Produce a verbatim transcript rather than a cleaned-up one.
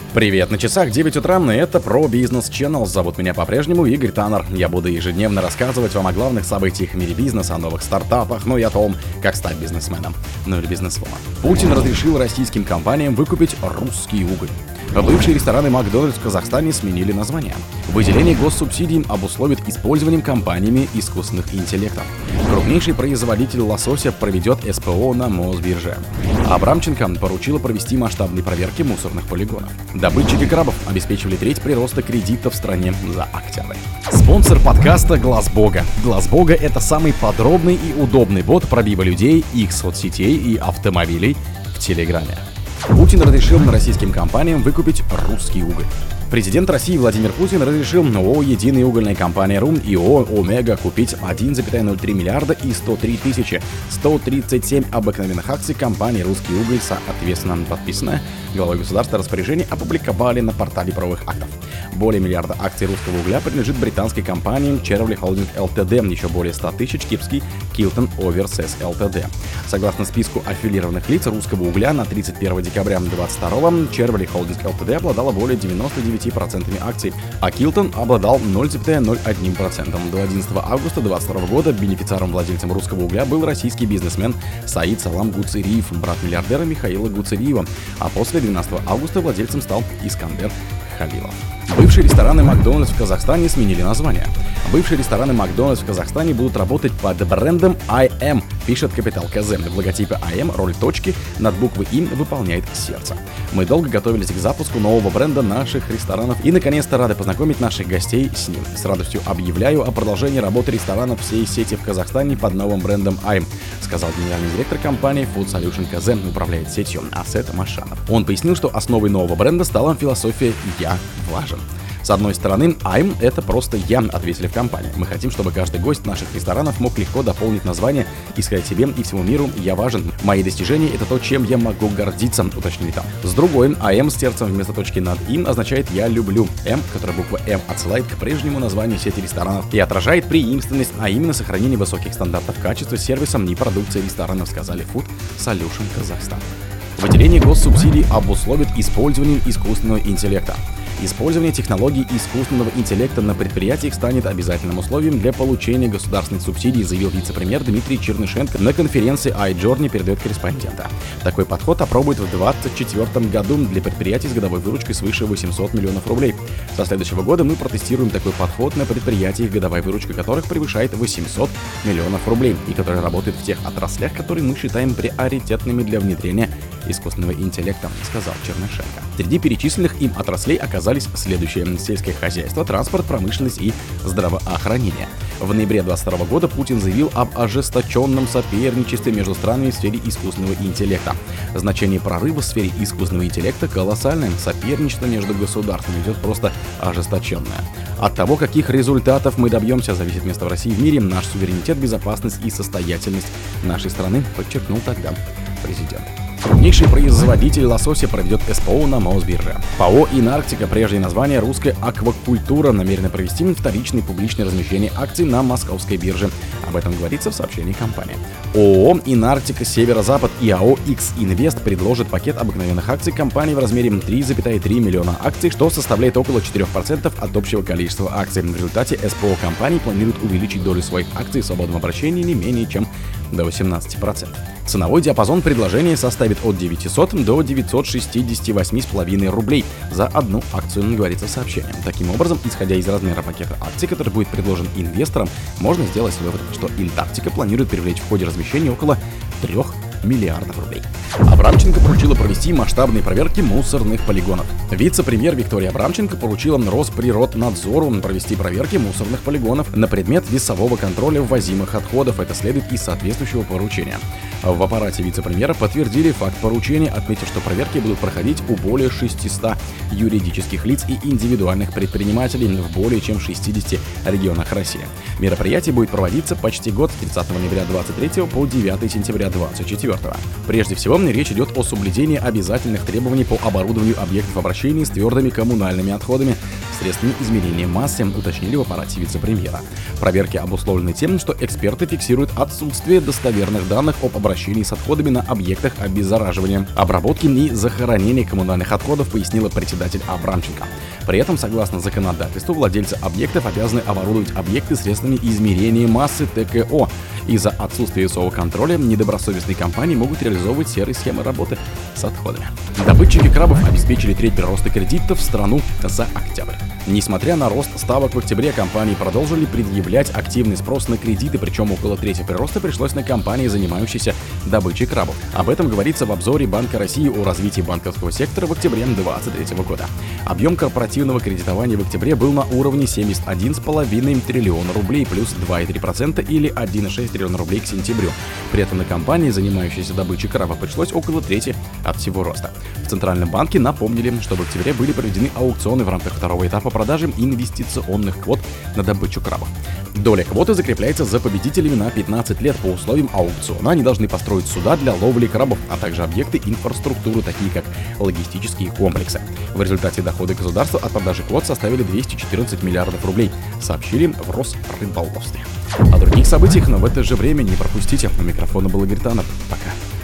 Привет, на часах девять утра, и это про бизнес Channel. Зовут меня по-прежнему Игорь Таннер. Я буду ежедневно рассказывать вам о главных событиях в мире бизнеса, о новых стартапах, ну и о том, как стать бизнесменом, ну или бизнесвумен. Путин разрешил российским компаниям выкупить русский уголь. Бывшие рестораны Макдональдс в Казахстане сменили название. Выделение госсубсидий обусловит использованием компаниями искусственных интеллектов. Крупнейший производитель лосося проведет эс пэ о на Мосбирже. Абрамченко поручила провести масштабные проверки мусорных полигонов. Добытчики крабов обеспечивали треть прироста кредитов в стране за октябрь. Спонсор подкаста Глаз Бога. Глаз Бога — это самый подробный и удобный бот пробива людей, их соцсетей и автомобилей в Телеграме. Путин разрешил российским компаниям выкупить русский уголь. Президент России Владимир Путин разрешил ООО «Единая угольная компания РУМ» и ООО «Омега» купить один целых ноль три миллиарда и сто три тысячи сто тридцать семь обыкновенных акций компании «Русский уголь», соответственно подписанное главой государства распоряжение опубликовали на портале правовых актов. Более миллиарда акций русского угля принадлежит британской компании Червли Холдинг Лтд, еще более ста тысяч кипрский Килтон Оверсес Лтд. Согласно списку аффилированных лиц русского угля на тридцать первое декабря двадцать второго Червли Холдинг Лтд обладала более девяноста девяти процентами акций, а Килтон обладал ноль целых ноль один процента. До одиннадцатого августа двадцать второго года бенефициаром-владельцем русского угля был российский бизнесмен Саид Салам Гуцериев, брат миллиардера Михаила Гуцериева, а после двенадцатого августа владельцем стал Искандер Халилов. Бывшие рестораны Макдональдс в Казахстане сменили название. Бывшие рестораны Макдональдс в Казахстане будут работать под брендом ай эм, пишет Капитал ка зэ. В логотипе ай эм роль точки над буквой «И» выполняет сердце. Мы долго готовились к запуску нового бренда наших ресторанов и, наконец-то, рады познакомить наших гостей с ним. С радостью объявляю о продолжении работы ресторанов всей сети в Казахстане под новым брендом ай эм, сказал генеральный директор компании Food Solution ка зэ, управляет сетью Асет Машанов. Он пояснил, что основой нового бренда стала философия «Я важен». С одной стороны, ай эм — это просто «я», ответили в компании. Мы хотим, чтобы каждый гость наших ресторанов мог легко дополнить название и сказать себе и всему миру «я важен». Мои достижения — это то, чем я могу гордиться, уточнили там. С другой, ай эм с сердцем вместо точки над «им» означает «я люблю». М, которая буква М, отсылает к прежнему названию сети ресторанов и отражает преемственность, а именно сохранение высоких стандартов качества, сервиса и продукции ресторанов, сказали Food Solution Казахстан. Выделение госсубсидий обусловит использованием искусственного интеллекта. Использование технологий искусственного интеллекта на предприятиях станет обязательным условием для получения государственных субсидий, заявил вице-премьер Дмитрий Чернышенко на конференции iJourney, передает корреспондента. Такой подход опробуют в двадцать четвёртом году для предприятий с годовой выручкой свыше восьмисот миллионов рублей. Со следующего года мы протестируем такой подход на предприятиях, годовая выручка которых превышает восемьсот миллионов рублей и которые работают в тех отраслях, которые мы считаем приоритетными для внедрения искусственного интеллекта, сказал Чернышенко. Среди перечисленных им отраслей оказались следующие: сельское хозяйство, транспорт, промышленность и здравоохранение. В ноябре двадцать второго года Путин заявил об ожесточенном соперничестве между странами в сфере искусственного интеллекта. Значение прорыва в сфере искусственного интеллекта колоссальное. Соперничество между государствами идет просто ожесточенное. От того, каких результатов мы добьемся, зависит место в России в мире, наш суверенитет, безопасность и состоятельность нашей страны, подчеркнул тогда президент. Крупнейший производитель лосося проведет эс пэ о на Мосбирже. ПАО «Инарктика», прежнее название «Русская аквакультура», намерена провести вторичное публичное размещение акций на московской бирже. Об этом говорится в сообщении компании. ООО «Инарктика Северо-Запад» и АО «Икс-Инвест» предложат пакет обыкновенных акций компании в размере три целых три миллиона акций, что составляет около четырех процентов от общего количества акций. В результате эс пэ о компании планирует увеличить долю своих акций в свободном обращении не менее чем до восемнадцати процентов. Ценовой диапазон предложения составит от девятисот до девятисот шестидесяти восьми с половиной рублей за одну акцию, говорится в сообщении. Таким образом, исходя из размера пакета акций, который будет предложен инвесторам, можно сделать вывод, что Интарктика планирует привлечь в ходе размещения около трех миллиардов рублей. Абрамченко поручила провести масштабные проверки мусорных полигонов. Вице-премьер Виктория Абрамченко поручила Росприроднадзору провести проверки мусорных полигонов на предмет весового контроля ввозимых отходов. Это следует из соответствующего поручения. В аппарате вице-премьера подтвердили факт поручения, отметив, что проверки будут проходить у более шестисот юридических лиц и индивидуальных предпринимателей в более чем шестидесяти регионах России. Мероприятие будет проводиться почти год с тридцатого ноября двадцать третьего по девятого сентября двадцать четвёртого. Прежде всего, речь идет о соблюдении обязательных требований по оборудованию объектов обращения с твердыми коммунальными отходами, средствами измерения массы, уточнили в аппарате вице-премьера. Проверки обусловлены тем, что эксперты фиксируют отсутствие достоверных данных об обращении с отходами на объектах обеззараживания, обработки и захоронения коммунальных отходов, пояснила председатель Абрамченко. При этом, согласно законодательству, владельцы объектов обязаны оборудовать объекты средствами измерения массы ТКО. Из-за отсутствия ИСО контроля недобросовестные компании могут реализовывать серые схемы работы с отходами. Добытчики крабов обеспечили треть прироста кредитов в страну за октябрь. Несмотря на рост ставок в октябре, компании продолжили предъявлять активный спрос на кредиты, причем около трети прироста пришлось на компании, занимающиеся добычей крабов. Об этом говорится в обзоре Банка России о развитии банковского сектора в октябре две тысячи двадцать третьего года. Объем корпоративного кредитования в октябре был на уровне семьдесят один целых пять десятых триллиона рублей, плюс два целых три десятых процента или один целых шесть десятых триллиона рублей к сентябрю. При этом на компании, занимающиеся добычей крабов, пришлось около трети от всего роста. В Центральном банке напомнили, что в октябре были проведены аукционы в рамках второго этапа продажи инвестиционных квот на добычу крабов. Доля квоты закрепляется за победителями на пятнадцать лет. По условиям аукциона они должны построить суда для ловли крабов, а также объекты инфраструктуры, такие как логистические комплексы. В результате доходы государства от продажи квот составили двести четырнадцать миллиардов рублей, сообщили в Росрыболовстве. О других событиях, но в это же время не пропустите. У микрофона был Игорь Таннер. Пока.